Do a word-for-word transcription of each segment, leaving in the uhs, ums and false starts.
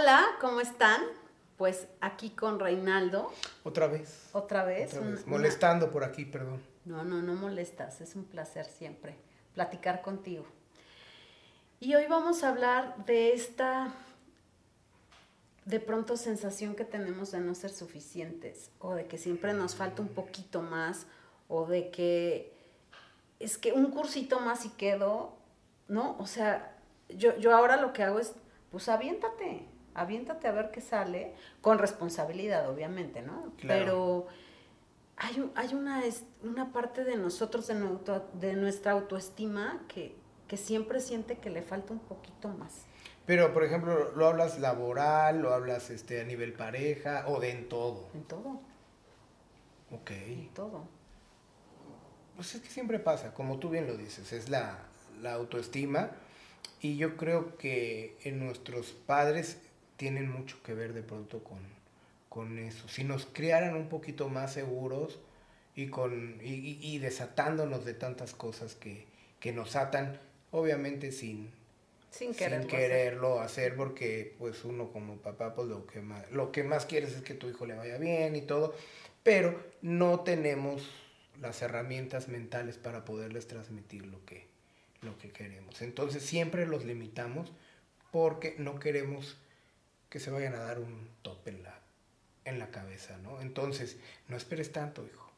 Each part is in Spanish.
Hola, ¿cómo están? Pues aquí con Reinaldo. Otra vez. Otra vez. Otra vez. un- Molestando por aquí, perdón. una- No, no, no molestas. Es un placer siempre platicar contigo. Y hoy vamos a hablar de esta, de pronto, sensación que tenemos de no ser suficientes, o de que siempre nos falta un poquito más, o de que es que un cursito más y quedo, ¿no? O sea, yo, yo ahora lo que hago es, pues aviéntate, aviéntate a ver qué sale, con responsabilidad, obviamente, ¿no? Claro. Pero hay, un- hay una, es- una parte de nosotros, de, nuestro- de nuestra autoestima, que, que siempre siente que le falta un poquito más. Pero, por ejemplo, ¿lo hablas laboral, lo hablas este, a nivel pareja o de en todo? En todo, Ok. en todo. Pues es que siempre pasa, como tú bien lo dices, es la, la autoestima y yo creo que en nuestros padres tienen mucho que ver de pronto con, con eso. Si nos criaran un poquito más seguros y, con, y, y- y desatándonos de tantas cosas que, que nos atan, obviamente sin, Sin sin quererlo hacer. quererlo hacer, porque pues uno como papá pues lo que más, lo que más quieres es que tu hijo le vaya bien y todo, pero no tenemos las herramientas mentales para poderles transmitir lo que, lo que queremos. Entonces siempre los limitamos porque no queremos que se vayan a dar un tope en la, en la cabeza, ¿no? Entonces, no esperes tanto, hijo.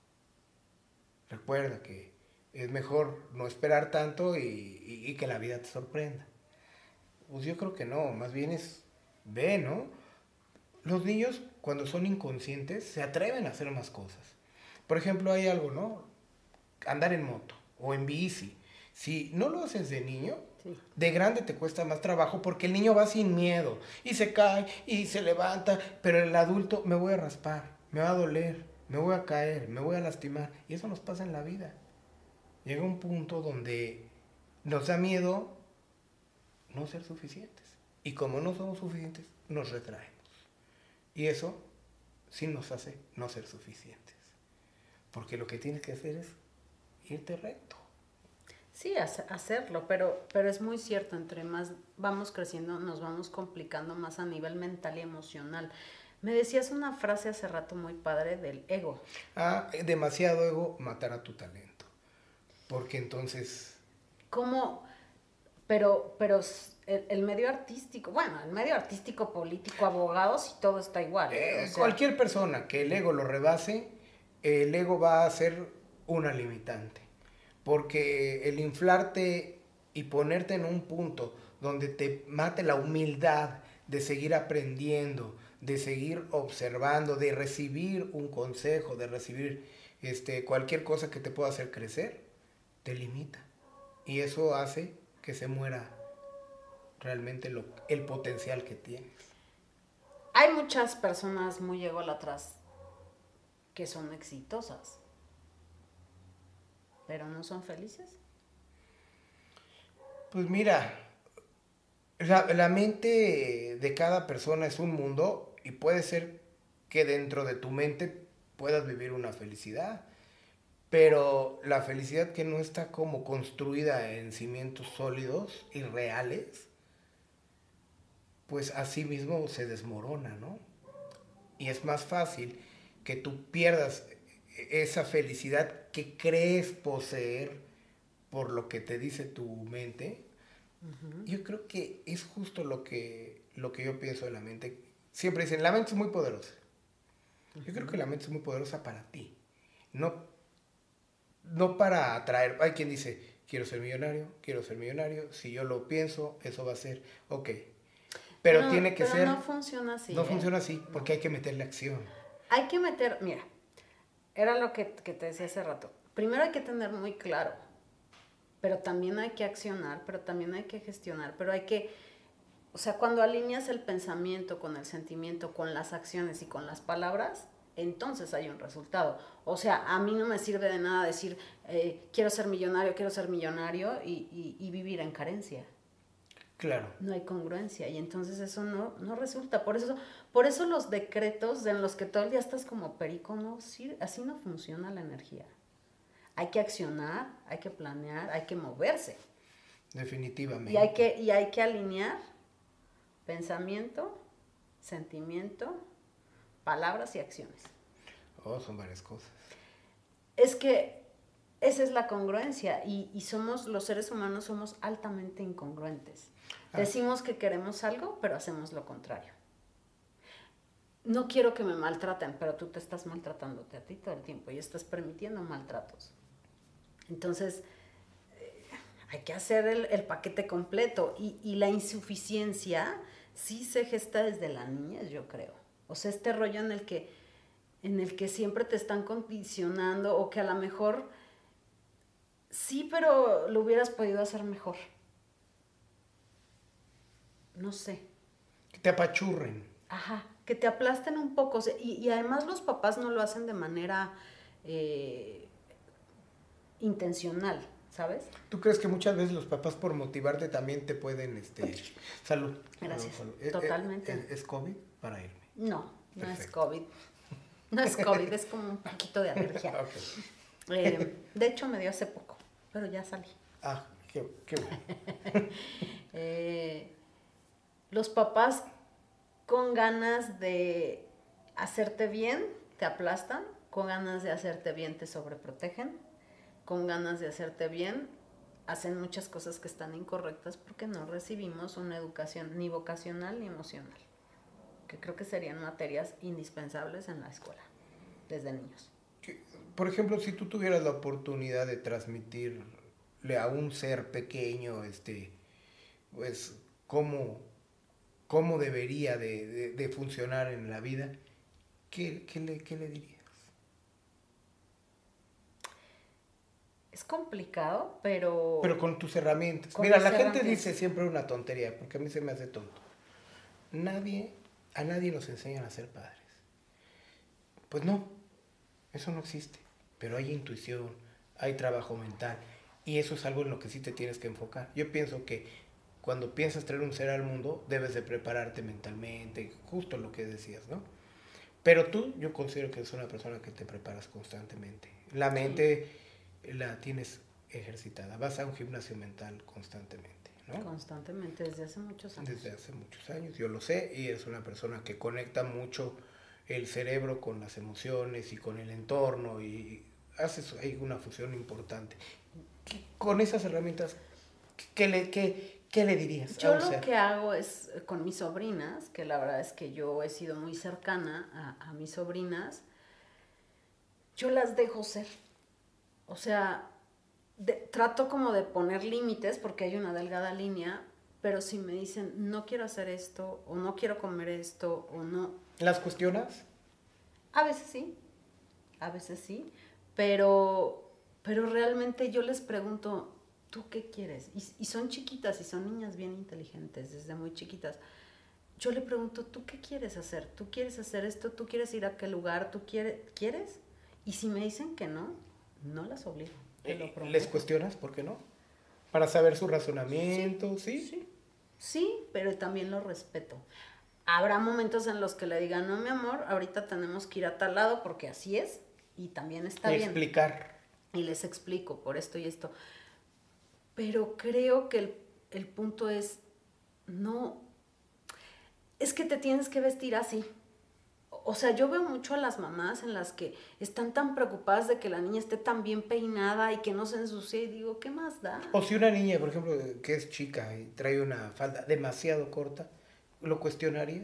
Recuerda que es mejor no esperar tanto y, y, y que la vida te sorprenda. Pues yo creo que no, más bien es, ve, ¿no? Los niños, cuando son inconscientes, se atreven a hacer más cosas. Por ejemplo, hay algo, ¿no? Andar en moto o en bici. Si no lo haces de niño, Sí. de grande te cuesta más trabajo porque el niño va sin miedo y se cae y se levanta, pero el adulto me voy a raspar, me va a doler, me voy a caer, me voy a lastimar y eso nos pasa en la vida. Llega un punto donde nos da miedo no ser suficientes y como no somos suficientes, nos retraemos. Y eso sí nos hace no ser suficientes. Porque lo que tienes que hacer es irte recto. Sí, hace- hacerlo, pero, pero es muy cierto, entre más vamos creciendo, nos vamos complicando más a nivel mental y emocional. Me decías una frase hace rato muy padre del ego. Ah, demasiado ego matará tu talento. Porque entonces, ¿Cómo? Pero, pero s- el, el medio artístico, bueno, el medio artístico, político, abogados y todo está igual, ¿eh? O eh, sea, cualquier persona que el ego lo rebase, el ego va a ser una limitante. Porque el inflarte y ponerte en un punto donde te mate la humildad de seguir aprendiendo, de seguir observando, de recibir un consejo, de recibir este, cualquier cosa que te pueda hacer crecer, te limita. Y eso hace que se muera realmente lo, el potencial que tienes. hay muchas personas muy ególatras que son exitosas, pero no son felices. Pues mira, la, la mente de cada persona es un mundo y puede ser que dentro de tu mente puedas vivir una felicidad, pero la felicidad que no está como construida en cimientos sólidos y reales, pues así mismo se desmorona, ¿no? Y es más fácil que tú pierdas esa felicidad que crees poseer por lo que te dice tu mente. Ujú. Yo creo que es justo lo que, lo que yo pienso de la mente. Siempre dicen, la mente es muy poderosa. Yo creo que la mente es muy poderosa para ti. No, no para atraer. Hay quien dice, quiero ser millonario, quiero ser millonario. Si yo lo pienso, eso va a ser. Ok. Pero, Pero, tiene que pero ser. no funciona así, No ¿eh? funciona así, No. porque hay que meterle acción. Hay que meter, mira, era lo que, que te decía hace rato. Primero hay que tener muy claro, pero también hay que accionar, pero también hay que gestionar, pero hay que, o sea, cuando alineas el pensamiento con el sentimiento, con las acciones y con las palabras, entonces hay un resultado. O sea, a mí no me sirve de nada decir, eh, quiero ser millonario, quiero ser millonario y, y, y vivir en carencia. Claro. No hay congruencia y entonces eso no, no resulta. Por eso, por eso los decretos en los que todo el día estás como perico, no, sí, así no funciona la energía. Hay que accionar, hay que planear, hay que moverse. Definitivamente. Y hay que, y hay que alinear pensamiento sentimiento, palabras y acciones. Oh, son varias cosas. Es que esa es la congruencia y, y somos, los seres humanos somos altamente incongruentes. Ah. Decimos que queremos algo, pero hacemos lo contrario. No quiero que me maltraten, pero tú te estás maltratándote a ti todo el tiempo y estás permitiendo maltratos. Entonces, eh, hay que hacer el, el paquete completo y, y la insuficiencia sí se gesta desde la niñez, yo creo. O sea, este rollo en el que, en el que siempre te están condicionando o que a lo mejor sí, pero lo hubieras podido hacer mejor. No sé. Que te apachurren. Ajá, que te aplasten un poco. O sea, y, y además los papás no lo hacen de manera eh, intencional, ¿sabes? ¿Tú crees que muchas veces los papás por motivarte también te pueden, este, salud? Gracias, salud, salud. totalmente. ¿Es, es COVID para irme? No, no Perfecto. es COVID. No es COVID, es como un poquito de alergia. Okay. Eh, de hecho me dio hace poco, pero ya salí. Ah, qué, qué bueno. eh, los papás con ganas de hacerte bien te aplastan, con ganas de hacerte bien te sobreprotegen, con ganas de hacerte bien hacen muchas cosas que están incorrectas porque no recibimos una educación ni vocacional ni emocional, que creo que serían materias indispensables en la escuela, desde niños. Por ejemplo, si tú tuvieras la oportunidad de transmitirle a un ser pequeño, este, pues, cómo, cómo debería de, de, de funcionar en la vida, ¿qué, qué, le, qué le dirías? Es complicado, pero... Pero con tus herramientas. Con Mira, la gente herramientas. dice siempre una tontería, porque a mí se me hace tonto. Nadie, a nadie nos enseñan a ser padres. Pues no, eso no existe. Pero hay intuición, hay trabajo mental, y eso es algo en lo que sí te tienes que enfocar. Yo pienso que cuando piensas traer un ser al mundo, debes de prepararte mentalmente, justo lo que decías, ¿no? Pero tú, yo considero que eres una persona que te preparas constantemente. La mente sí. la tienes ejercitada. Vas a un gimnasio mental constantemente, ¿no? Constantemente, desde hace muchos años. Desde hace muchos años, yo lo sé, y eres una persona que conecta mucho el cerebro con las emociones y con el entorno, y haces ahí una fusión importante. Con esas herramientas, ¿qué le, qué, qué le dirías? Yo lo que hago es, con mis sobrinas, que la verdad es que yo he sido muy cercana a, a mis sobrinas, yo las dejo ser. O sea, de, trato como de poner límites, porque hay una delgada línea, pero si me dicen, no quiero hacer esto, o no quiero comer esto, o no... ¿Las cuestionas? A veces sí, a veces sí, pero, pero realmente yo les pregunto, ¿tú qué quieres? Y, y son chiquitas y son niñas bien inteligentes desde muy chiquitas. Yo le pregunto, ¿tú qué quieres hacer? ¿Tú quieres hacer esto? ¿Tú quieres ir a aquel lugar? ¿Tú quiere, quieres? Y si me dicen que no, no las obligo. Te lo prometo. ¿Les cuestionas? ¿Por qué no? Para saber su razonamiento, ¿sí? Sí, sí, sí, pero también lo respeto. Habrá momentos en los que le digan, no, mi amor, ahorita tenemos que ir a tal lado porque así es y también está y bien. Explicar. Y les explico por esto y esto. Pero creo que el, el punto es, no, es que te tienes que vestir así. O sea, yo veo mucho a las mamás en las que están tan preocupadas de que la niña esté tan bien peinada y que no se ensucie y digo, ¿qué más da? O si una niña, por ejemplo, que es chica y trae una falda demasiado corta, ¿lo cuestionarías?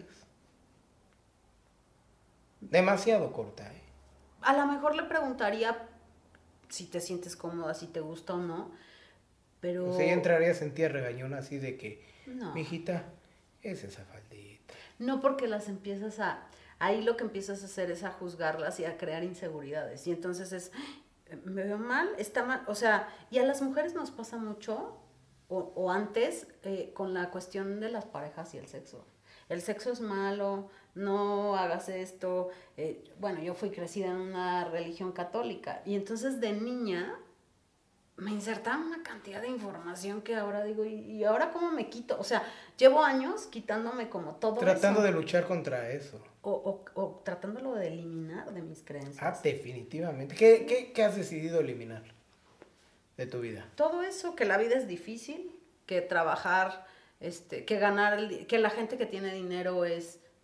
Demasiado corta, ¿eh? A lo mejor le preguntaría si te sientes cómoda, si te gusta o no, pero... O sea, entrarías en tía regañona así de que, no. mijita, es esa faldita. No, porque las empiezas a... Ahí lo que empiezas a hacer es a juzgarlas y a crear inseguridades. Y entonces es, me veo mal, está mal. O sea, y a las mujeres nos pasa mucho, o, o antes, eh, con la cuestión de las parejas y el sexo. El sexo es malo, no hagas esto. Eh, bueno, yo fui crecida en una religión católica. Y entonces de niña me insertaban una cantidad de información que ahora digo, ¿y, y ahora cómo me quito? O sea, llevo años quitándome como todo Tratando eso. de luchar contra eso. O, o, o tratándolo de eliminar de mis creencias. Ah, definitivamente. ¿Qué, qué, qué has decidido eliminar de tu vida? Todo eso, que la vida es difícil, que trabajar, este, que ganar, el, que la gente que tiene dinero es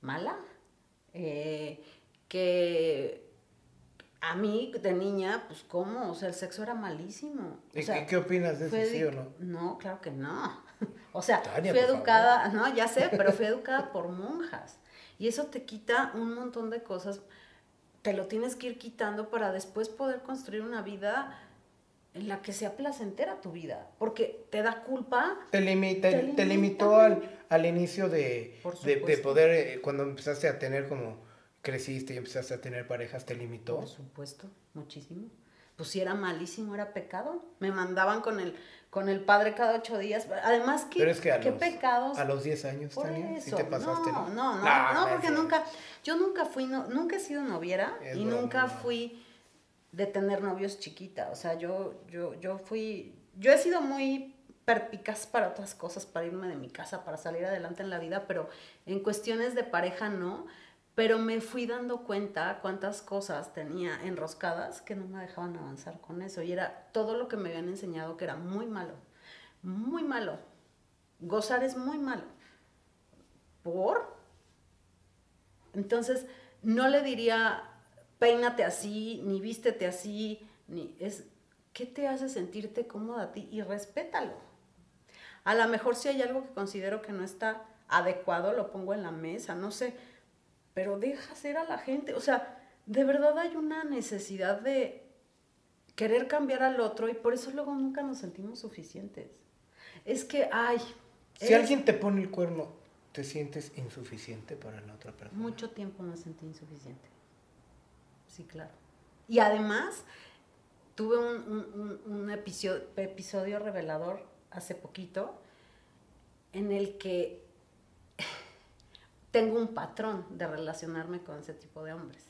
mala, eh, que a mí de niña, pues cómo, o sea, el sexo era malísimo. O ¿Y sea, qué opinas de eso, sí o no? No, claro que no. O sea, Tania, fui por educada, favor. no, ya sé, pero fui educada por monjas. Y eso te quita un montón de cosas, te lo tienes que ir quitando para después poder construir una vida en la que sea placentera tu vida, porque te da culpa, Te, limita, te te limita. limitó al, al inicio de, Por de, de supuesto. poder, eh, cuando empezaste a tener como, creciste y empezaste a tener parejas, te limitó. Por supuesto, muchísimo. Pues si era malísimo, era pecado. Me mandaban con el, con el padre cada ocho días. Además, ¿qué, Pero es que a qué los, pecados? a los diez años, Por Tania, sí eso, te pasaste, no, ¿no? no, no, No, no, no es porque cierto. nunca, yo nunca fui, no, nunca he sido noviera Es y broma, nunca no. fui de tener novios chiquita. O sea, yo, yo, yo fui, yo he sido muy perpicaz para otras cosas, para irme de mi casa, para salir adelante en la vida, pero en cuestiones de pareja no. Pero me fui dando cuenta cuántas cosas tenía enroscadas que no me dejaban avanzar con eso. Y era todo lo que me habían enseñado que era muy malo, muy malo. Gozar es muy malo. ¿Por? Entonces, no le diría, peínate así, ni vístete así, ni es, ¿qué te hace sentirte cómoda a ti? Y respétalo. A lo mejor si hay algo que considero que no está adecuado, lo pongo en la mesa, no sé, pero deja ser a la gente. O sea, de verdad hay una necesidad de querer cambiar al otro y por eso luego nunca nos sentimos suficientes. Es que, ay, Si eres... alguien te pone el cuerno, ¿te sientes insuficiente para la otra persona? Mucho tiempo me sentí insuficiente. Sí, claro. Y además, tuve un, un, un episodio, episodio revelador hace poquito en el que tengo un patrón de relacionarme con ese tipo de hombres.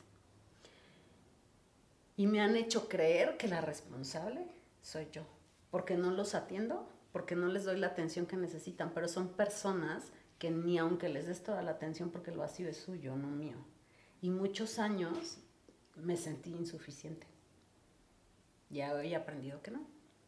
Y me han hecho creer que la responsable soy yo, porque no los atiendo, porque no les doy la atención que necesitan, pero son personas que ni aunque les des toda la atención, porque el vacío es suyo, no mío. Y muchos años me sentí insuficiente. Ya he aprendido que no.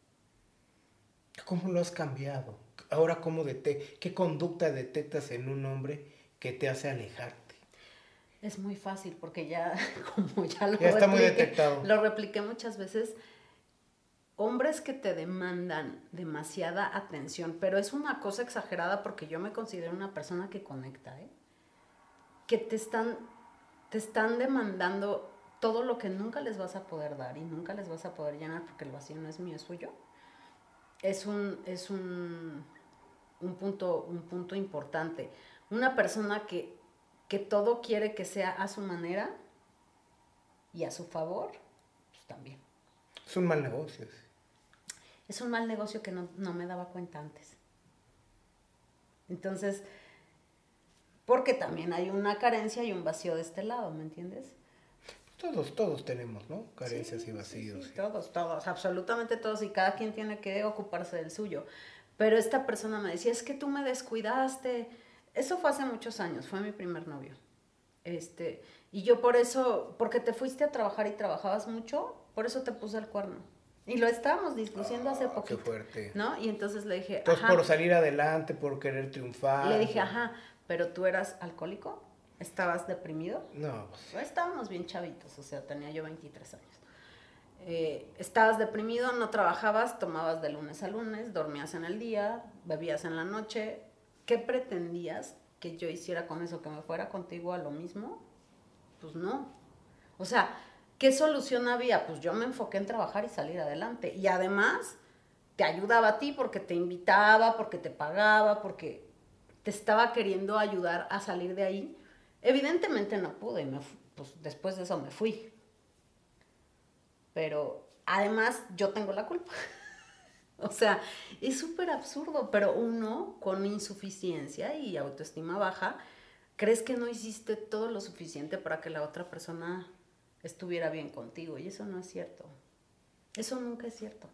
¿Cómo lo has cambiado? Ahora, ¿cómo dete ¿qué conducta detectas en un hombre que te hace alejarte? Es muy fácil porque ya, como ya lo Ya está muy repliqué, detectado. lo repliqué muchas veces. Hombres que te demandan demasiada atención, pero es una cosa exagerada porque yo me considero una persona que conecta, ¿eh? Que te están, te están demandando todo lo que nunca les vas a poder dar y nunca les vas a poder llenar porque el vacío no es mío, es suyo. Es un, es un, un, punto, un punto importante. Una persona que, que todo quiere que sea a su manera y a su favor, pues también. Es un mal negocio. Es un mal negocio que no, no me daba cuenta antes. Entonces, porque también hay una carencia y un vacío de este lado, ¿me entiendes? Todos, todos tenemos, ¿no? Carencias Sí, y vacíos. sí, sí, Sí. todos, todos, absolutamente todos, y cada quien tiene que ocuparse del suyo. Pero esta persona me decía, es que tú me descuidaste. Eso fue hace muchos años, fue mi primer novio. Este, y yo por eso, porque te fuiste a trabajar y trabajabas mucho, por eso te puse el cuerno. Y lo estábamos discutiendo Oh, hace poquito. qué fuerte. ¿No? Y entonces le dije, entonces, ajá. por salir adelante, por querer triunfar. Le dije, ajá, pero tú eras alcohólico, estabas deprimido. No, pues. Estábamos bien chavitos, o sea, tenía yo veintitrés años. Eh, estabas deprimido, no trabajabas, tomabas de lunes a lunes, dormías en el día, bebías en la noche. ¿Qué pretendías que yo hiciera con eso? ¿Que me fuera contigo a lo mismo? Pues no. O sea, ¿qué solución había? Pues yo me enfoqué en trabajar y salir adelante. Y además, te ayudaba a ti porque te invitaba, porque te pagaba, porque te estaba queriendo ayudar a salir de ahí. Evidentemente no pude y me, pues después de eso me fui. Pero además yo tengo la culpa. O sea, es súper absurdo, pero uno con insuficiencia y autoestima baja, crees que no hiciste todo lo suficiente para que la otra persona estuviera bien contigo y eso no es cierto. Eso nunca es cierto.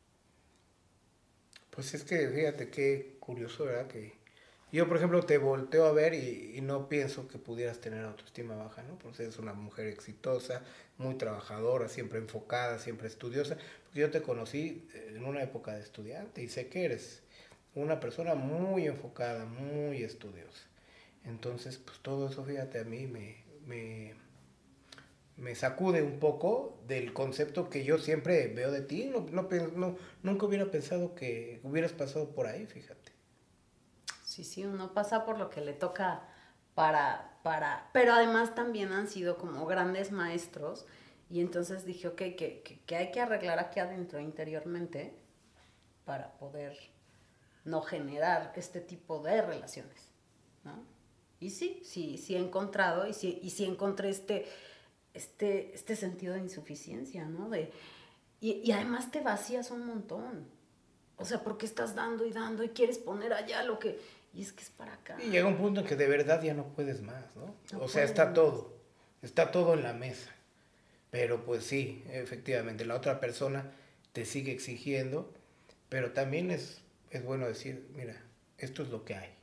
Pues es que fíjate qué curioso, ¿verdad? Que yo, por ejemplo, te volteo a ver y, y no pienso que pudieras tener autoestima baja, ¿no? Porque eres una mujer exitosa, muy trabajadora, siempre enfocada, siempre estudiosa. Porque yo te conocí en una época de estudiante y sé que eres una persona muy enfocada, muy estudiosa. Entonces, pues todo eso, fíjate, a mí me, me, me sacude un poco del concepto que yo siempre veo de ti. No, no, no, nunca hubiera pensado que hubieras pasado por ahí, fíjate. Sí, sí, uno pasa por lo que le toca para, para, pero además también han sido como grandes maestros y entonces dije, ok, que, que, que hay que arreglar aquí adentro interiormente para poder no generar este tipo de relaciones, ¿no? Y sí, sí, sí he encontrado y sí, y sí encontré este, este, este sentido de insuficiencia, ¿no? De, y, y además te vacías un montón. O sea, porque estás dando y dando y quieres poner allá lo que... Y es que es para acá. Y llega un punto en que de verdad ya no puedes más, ¿no? No O sea, puedes está más. todo, está todo en la mesa. Pero pues sí, efectivamente, la otra persona te sigue exigiendo, pero también es, es bueno decir, mira, esto es lo que hay.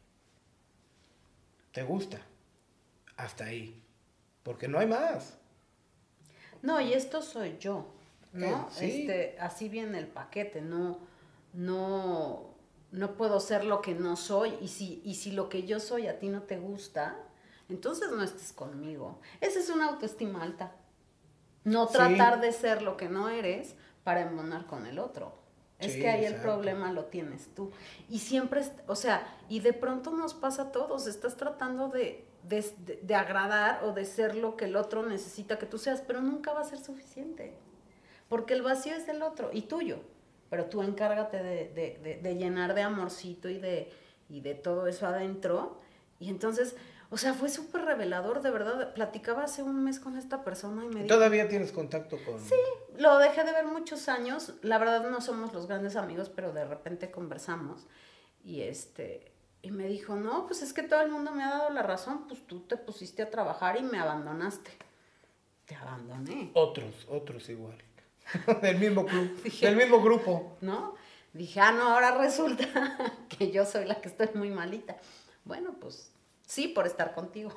¿Te gusta? Hasta ahí. Porque no hay más. No, y esto soy yo, Eh, ¿no? sí, Este, así viene el paquete, no, no, no puedo ser lo que no soy, y si, y si lo que yo soy a ti no te gusta, entonces no estés conmigo. Esa es una autoestima alta. No tratar sí, de ser lo que no eres para embonar con el otro. Es que sí, ahí el exacto. problema lo tienes tú. Y siempre, o sea, y de pronto nos pasa a todos, estás tratando de, de, de agradar o de ser lo que el otro necesita que tú seas, pero nunca va a ser suficiente. Porque el vacío es del otro y tuyo. Pero tú encárgate de, de, de, de llenar de amorcito y de, y de todo eso adentro. Y entonces, o sea, fue súper revelador, de verdad. Platicaba hace un mes con esta persona y me ¿Y dijo, todavía tienes contacto sí, con...? lo dejé de ver muchos años. La verdad no somos los grandes amigos, pero de repente conversamos. Y este, y me dijo, no, pues es que todo el mundo me ha dado la razón, pues tú te pusiste a trabajar y me abandonaste. Te abandoné. Otros, otros igual. Del mismo club, del Dije, mismo grupo. ¿no? Dije, ah, no, ahora resulta que yo soy la que estoy muy malita. Bueno, pues sí, por estar contigo,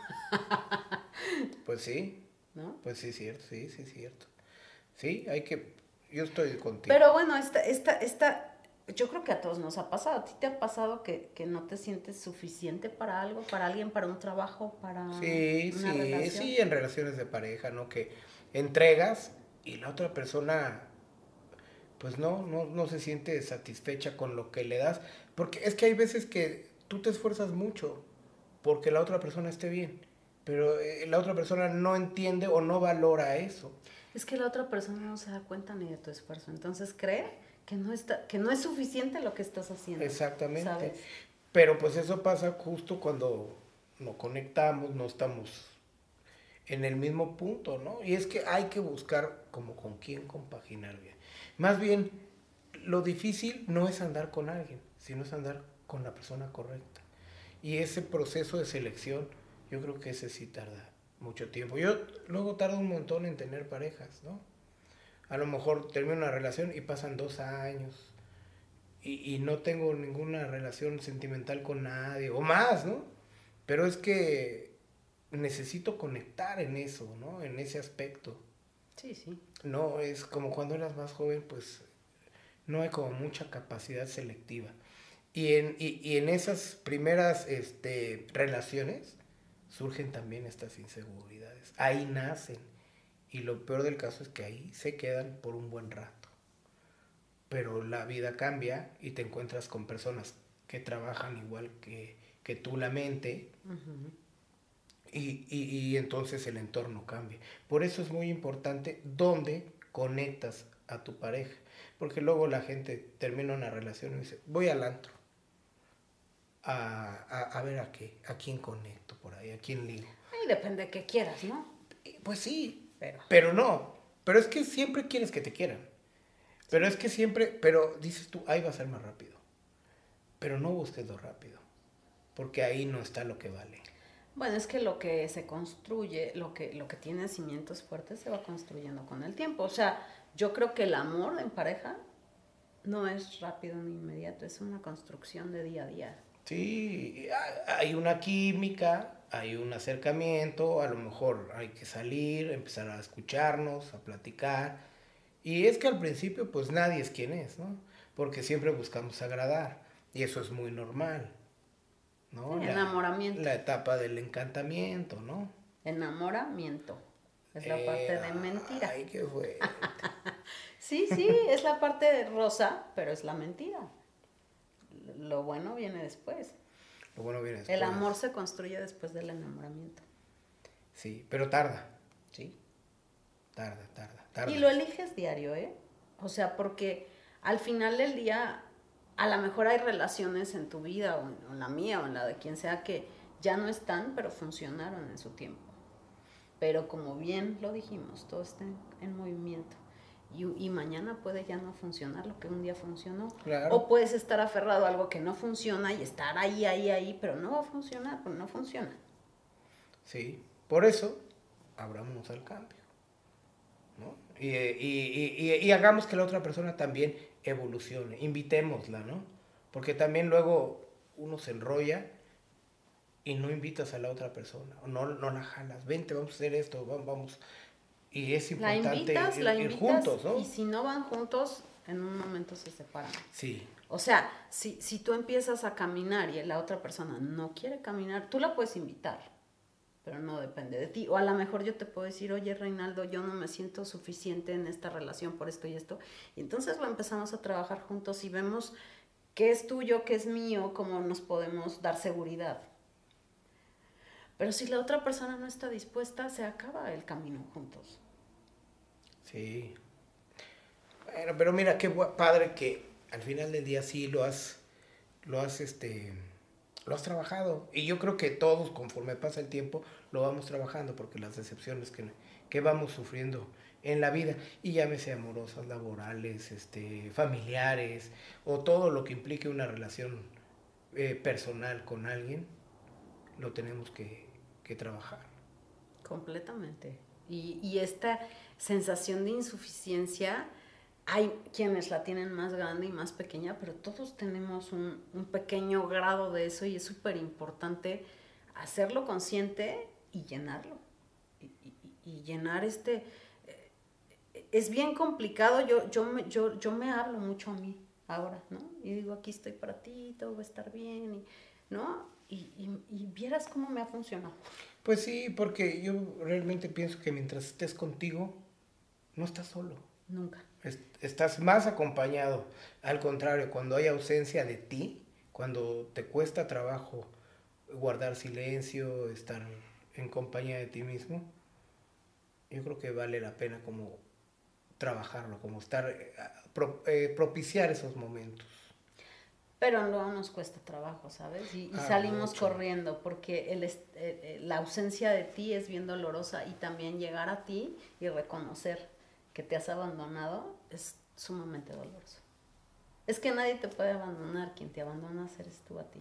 Pues sí, ¿no? pues sí, cierto, sí, sí, cierto. Sí, hay que... Yo estoy contigo. Pero bueno, esta, esta, esta, yo creo que a todos nos ha pasado. ¿A ti te ha pasado que, que no te sientes suficiente para algo, para alguien, para un trabajo, para Sí, una sí, relación? sí, en relaciones de pareja, ¿no? Que entregas y la otra persona, pues no, no, no se siente satisfecha con lo que le das. Porque es que hay veces que tú te esfuerzas mucho porque la otra persona esté bien, pero eh, la otra persona no entiende o no valora eso. Es que la otra persona no se da cuenta ni de tu esfuerzo. Entonces cree que no, está, que no es suficiente lo que estás haciendo, Exactamente. ¿sabes? Pero pues eso pasa justo cuando no conectamos, no estamos en el mismo punto, ¿no? Y es que hay que buscar como con quién compaginar bien. Más bien, lo difícil no es andar con alguien, sino es andar con la persona correcta. Y ese proceso de selección, yo creo que ese sí tarda mucho tiempo. Yo luego tardo un montón en tener parejas, ¿no? A lo mejor termino una relación y pasan dos años y, y no tengo ninguna relación sentimental con nadie, o más, ¿no? Pero es que necesito conectar en eso, ¿no? En ese aspecto. Sí, sí. No, es como cuando eras más joven, pues no hay como mucha capacidad selectiva. Y en, y, y en esas primeras este, relaciones surgen también estas inseguridades. Ahí nacen. Y lo peor del caso es que ahí se quedan por un buen rato. Pero la vida cambia y te encuentras con personas que trabajan igual que, que tú la mente. Uh-huh. Y, y, y entonces el entorno cambia. Por eso es muy importante dónde conectas a tu pareja. Porque luego la gente termina una relación y dice, voy al antro. A, a, a ver a qué, a quién conecto por ahí, a quién ligo. Y depende de qué quieras, ¿no? Y pues sí, Pero. pero no. Pero es que siempre quieres que te quieran. Pero Sí. es que siempre, pero dices tú, ahí va a ser más rápido. Pero no busques lo rápido. Porque ahí no está lo que vale. Bueno, es que lo que se construye, lo que, lo que tiene cimientos fuertes se va construyendo con el tiempo. O sea, yo creo que el amor en pareja no es rápido ni inmediato, es una construcción de día a día. Sí, hay una química, hay un acercamiento, a lo mejor hay que salir, empezar a escucharnos, a platicar. Y es que al principio pues nadie es quien es, ¿no? Porque siempre buscamos agradar y eso es muy normal. ¿no? Sí, La, enamoramiento. la etapa del encantamiento, ¿no? Enamoramiento. Es la Eh, parte de mentira. ay, qué fue. Sí, sí, es la parte rosa, pero es la mentira. Lo bueno viene después. Lo bueno viene después. El amor se construye después del enamoramiento. Sí, pero tarda. Sí. Tarda, tarda, tarda. Y lo eliges diario, ¿eh? O sea, porque al final del día, a lo mejor hay relaciones en tu vida, o en, o en la mía, o en la de quien sea, que ya no están, pero funcionaron en su tiempo. Pero como bien lo dijimos, todo está en, en movimiento. Y, y mañana puede ya no funcionar lo que un día funcionó. Claro. O puedes estar aferrado a algo que no funciona y estar ahí, ahí, ahí, pero no va a funcionar, porque no funciona. Sí, por eso, abrámonos al cambio, ¿no? Y, y, y, y, y hagamos que la otra persona también evolucione, invitémosla, ¿no? Porque también luego uno se enrolla y no invitas a la otra persona, o no, no la jalas, vente, vamos a hacer esto, vamos, vamos. Y es La importante invitas, ir, la ir invitas, juntos, ¿no? y si no van juntos, en un momento se separan. Sí. O sea, si, si tú empiezas a caminar y la otra persona no quiere caminar, tú la puedes invitar, pero no depende de ti. O a lo mejor yo te puedo decir, oye, Reinaldo, yo no me siento suficiente en esta relación por esto y esto. Y entonces lo empezamos a trabajar juntos y vemos qué es tuyo, qué es mío, cómo nos podemos dar seguridad. Pero si la otra persona no está dispuesta, se acaba el camino juntos. Sí. Bueno, pero mira, qué padre que al final del día sí lo has, lo has, este, lo has trabajado. Y yo creo que todos, conforme pasa el tiempo, lo vamos trabajando, porque las decepciones que, que vamos sufriendo en la vida, y llámese amorosas, laborales, este, familiares, o todo lo que implique una relación eh, personal con alguien, lo tenemos que, que trabajar. Completamente. Y, y esta sensación de insuficiencia, hay quienes la tienen más grande y más pequeña, pero todos tenemos un, un pequeño grado de eso y es súper importante hacerlo consciente y llenarlo. Y, y, y llenar este... Eh, es bien complicado, yo, yo, me, yo, yo me hablo mucho a mí ahora, ¿no? Y digo, aquí estoy para ti, todo va a estar bien, y, ¿no? Y, y, y vieras cómo me ha funcionado. Pues sí, porque yo realmente pienso que mientras estés contigo, no estás solo. Nunca. Estás más acompañado. Al contrario, cuando hay ausencia de ti, cuando te cuesta trabajo guardar silencio, estar en compañía de ti mismo, yo creo que vale la pena como trabajarlo, como estar, eh, pro, eh, propiciar esos momentos. Pero no nos cuesta trabajo, ¿sabes? Y, y ah, salimos mucho. corriendo porque el, eh, la ausencia de ti es bien dolorosa y también llegar a ti y reconocer que te has abandonado es sumamente doloroso. Es que nadie te puede abandonar, quien te abandona eres tú a ti.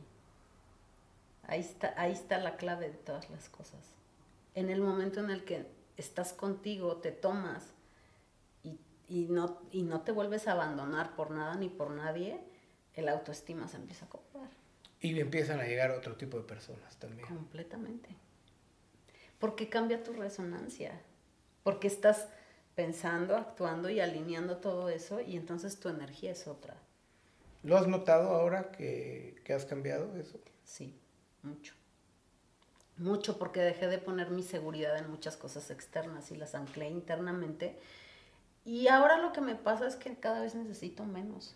Ahí está, ahí está la clave de todas las cosas. En el momento en el que estás contigo, te tomas y, y, no, y no te vuelves a abandonar por nada ni por nadie, el autoestima se empieza a acoplar. Y empiezan a llegar otro tipo de personas también. Completamente. Porque cambia tu resonancia. Porque estás pensando, actuando y alineando todo eso y entonces tu energía es otra. ¿Lo has notado ahora que, que has cambiado eso? Sí, mucho. Mucho porque dejé de poner mi seguridad en muchas cosas externas y las anclé internamente. Y ahora lo que me pasa es que cada vez necesito menos.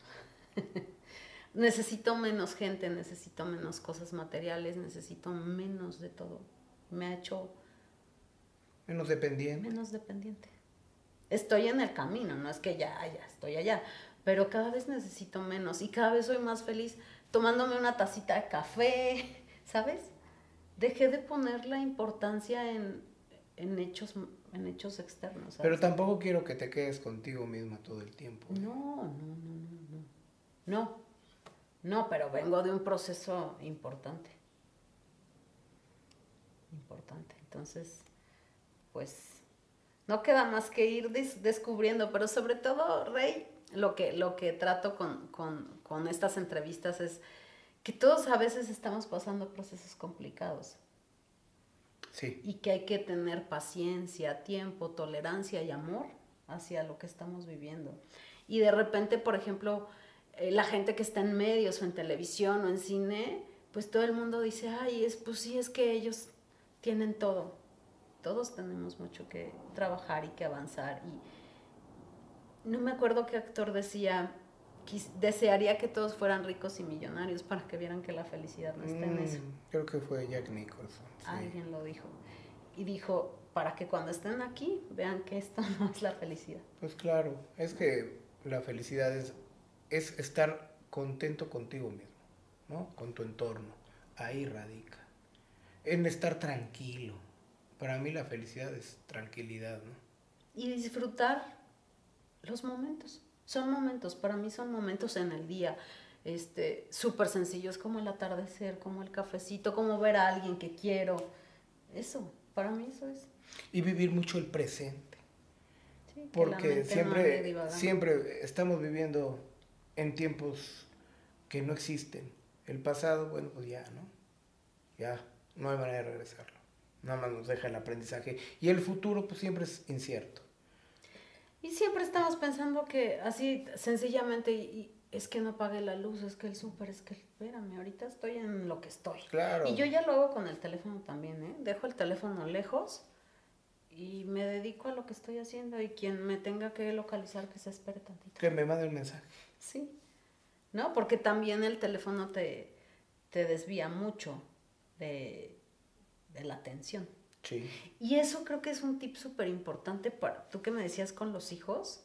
Necesito menos gente, necesito menos cosas materiales, necesito menos de todo. Me ha hecho... Menos dependiente. Menos dependiente. Estoy en el camino, no es que ya, ya estoy allá, pero cada vez necesito menos y cada vez soy más feliz tomándome una tacita de café, ¿sabes? Dejé de poner la importancia en, en, hechos, en hechos externos, ¿sabes? Pero tampoco quiero que te quedes contigo misma todo el tiempo. ¿Eh? No, no, no, no, no. No, no, pero vengo de un proceso importante. Importante. Entonces, pues, no queda más que ir des- descubriendo, pero sobre todo, Rey, lo que, lo que trato con, con, con estas entrevistas es que todos a veces estamos pasando procesos complicados. Sí. Y que hay que tener paciencia, tiempo, tolerancia y amor hacia lo que estamos viviendo. Y de repente, por ejemplo, eh, la gente que está en medios o en televisión o en cine, pues todo el mundo dice, ay, es, pues sí, es que ellos tienen todo. Todos tenemos mucho que trabajar y que avanzar. Y no me acuerdo qué actor decía, desearía que todos fueran ricos y millonarios para que vieran que la felicidad no está en eso. Mm, creo que fue Jack Nicholson. Sí. Alguien lo dijo. Y dijo, para que cuando estén aquí vean que esto no es la felicidad. Pues claro, es que la felicidad es, es estar contento contigo mismo, ¿no? Con tu entorno. Ahí radica. En estar tranquilo. Para mí la felicidad es tranquilidad, ¿no? Y disfrutar los momentos. Son momentos, para mí son momentos en el día, este, súper sencillos, como el atardecer, como el cafecito, como ver a alguien que quiero. Eso, para mí eso es. Y vivir mucho el presente. Sí, porque siempre, no siempre estamos viviendo en tiempos que no existen. El pasado, bueno, pues ya, ¿no? Ya, no hay manera de regresarlo. Nada más nos deja el aprendizaje. Y el futuro, pues siempre es incierto. Y siempre estamos pensando que así, sencillamente, y es que no pague la luz, es que el súper, es que, espérame, ahorita estoy en lo que estoy. Claro. Y yo ya lo hago con el teléfono también, ¿eh? Dejo el teléfono lejos y me dedico a lo que estoy haciendo, y quien me tenga que localizar, que se espere tantito. Que me mande un mensaje. Sí, ¿no? Porque también el teléfono te, te desvía mucho de, de la atención. Sí. Y eso creo que es un tip súper importante para, tú que me decías con los hijos,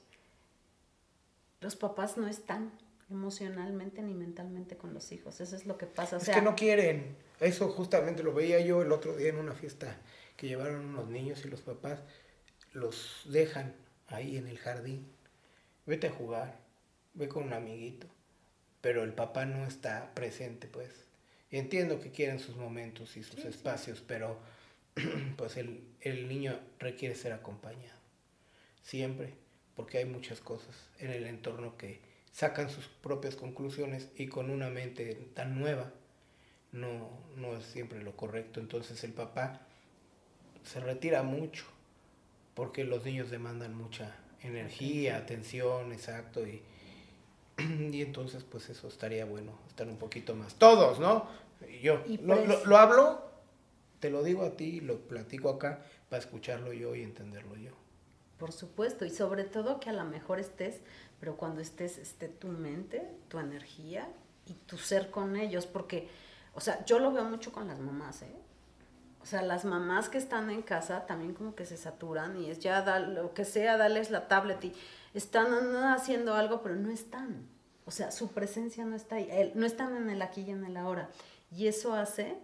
los papás no están emocionalmente ni mentalmente con los hijos, eso es lo que pasa. O es sea, que no quieren, eso justamente lo veía yo el otro día en una fiesta que llevaron unos niños y los papás los dejan ahí en el jardín, vete a jugar, ve con un amiguito, pero el papá no está presente, pues. Y entiendo que quieren sus momentos y sus sí, espacios, sí. pero pues el, el niño requiere ser acompañado, siempre, porque hay muchas cosas en el entorno que sacan sus propias conclusiones y con una mente tan nueva no, no es siempre lo correcto. Entonces el papá se retira mucho porque los niños demandan mucha energía, atención, exacto, y, y entonces pues eso estaría bueno, estar un poquito más, todos, ¿no? Yo y lo, lo, lo hablo, te lo digo a ti, lo platico acá para escucharlo yo y entenderlo yo. Por supuesto, y sobre todo que a lo mejor estés, pero cuando estés, esté tu mente, tu energía y tu ser con ellos, porque, o sea, yo lo veo mucho con las mamás, ¿eh? O sea, las mamás que están en casa también como que se saturan y es ya da, lo que sea, darles la tablet y están haciendo algo, pero no están. O sea, su presencia no está ahí, no están en el aquí y en el ahora. Y eso hace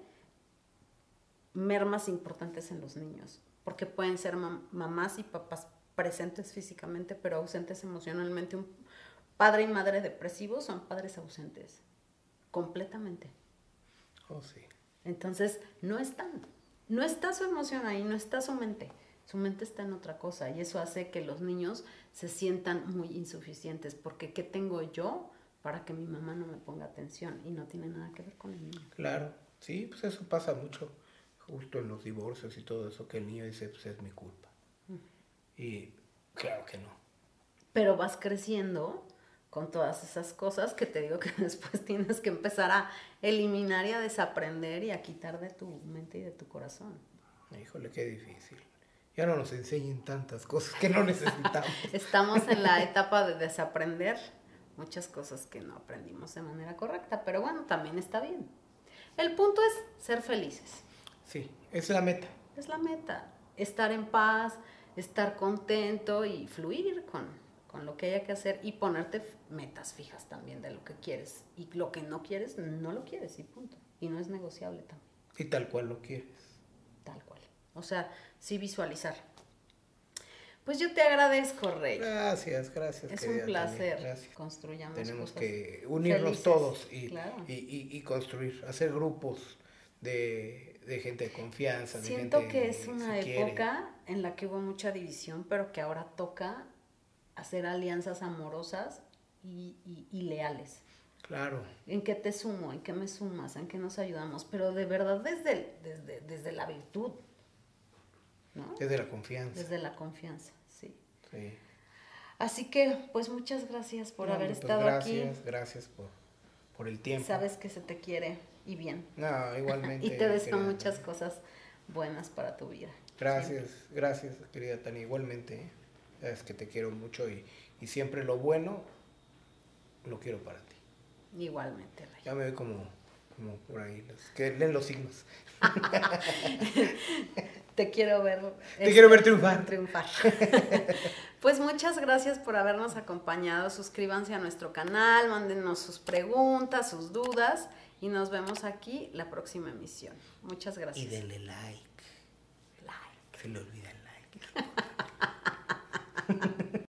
mermas importantes en los niños, porque pueden ser mam- mamás y papás presentes físicamente, pero ausentes emocionalmente. Un padre y madre depresivos son padres ausentes, completamente. Oh, sí. Entonces, no están. No está su emoción ahí, no está su mente. Su mente está en otra cosa y eso hace que los niños se sientan muy insuficientes, porque ¿qué tengo yo para que mi mamá no me ponga atención? Y no tiene nada que ver con el niño. Claro, sí, pues eso pasa mucho, justo en los divorcios y todo eso, que el niño dice, pues es mi culpa. Uh-huh. Y claro que no. Pero vas creciendo con todas esas cosas que te digo que después tienes que empezar a eliminar y a desaprender y a quitar de tu mente y de tu corazón. Híjole, qué difícil. Ya no nos enseñen tantas cosas que no necesitamos. Estamos en la etapa de desaprender muchas cosas que no aprendimos de manera correcta, pero bueno, también está bien. El punto es ser felices. Sí, es la meta. Es la meta. Estar en paz, estar contento y fluir con, con lo que haya que hacer y ponerte metas fijas también de lo que quieres. Y lo que no quieres, no lo quieres y punto. Y no es negociable también. Y tal cual lo quieres. Tal cual. O sea, sí visualizar. Pues yo te agradezco, Rey. Gracias, gracias. Es un placer. Gracias. Construyamos Tenemos cosas que unirnos felices, todos y, claro. y, y, y construir, hacer grupos de, de gente de confianza. Siento de gente que es una época quiere. en la que hubo mucha división, pero que ahora toca hacer alianzas amorosas y, y, y leales. Claro. ¿En qué te sumo? ¿En qué me sumas? ¿En qué nos ayudamos? Pero de verdad desde, desde, desde la virtud, ¿no? Desde la confianza. Desde la confianza, sí. Sí. Así que, pues muchas gracias por no, haber pues estado gracias, aquí. Gracias, gracias por, por el tiempo. Sabes que se te quiere y bien. No, igualmente. Y te deseo querida muchas Tania. cosas buenas para tu vida. Gracias, gracias, querida Tania. Igualmente, ¿eh? Sabes que te quiero mucho y, y siempre lo bueno lo quiero para ti. Igualmente, Ray. Ya me veo como, como por ahí, los, que leen los signos. Te quiero ver. Te quiero ver triunfar. triunfar. Pues muchas gracias por habernos acompañado. Suscríbanse a nuestro canal, mándenos sus preguntas, sus dudas y nos vemos aquí la próxima emisión. Muchas gracias. Y denle like. Like. Se le olvida el like.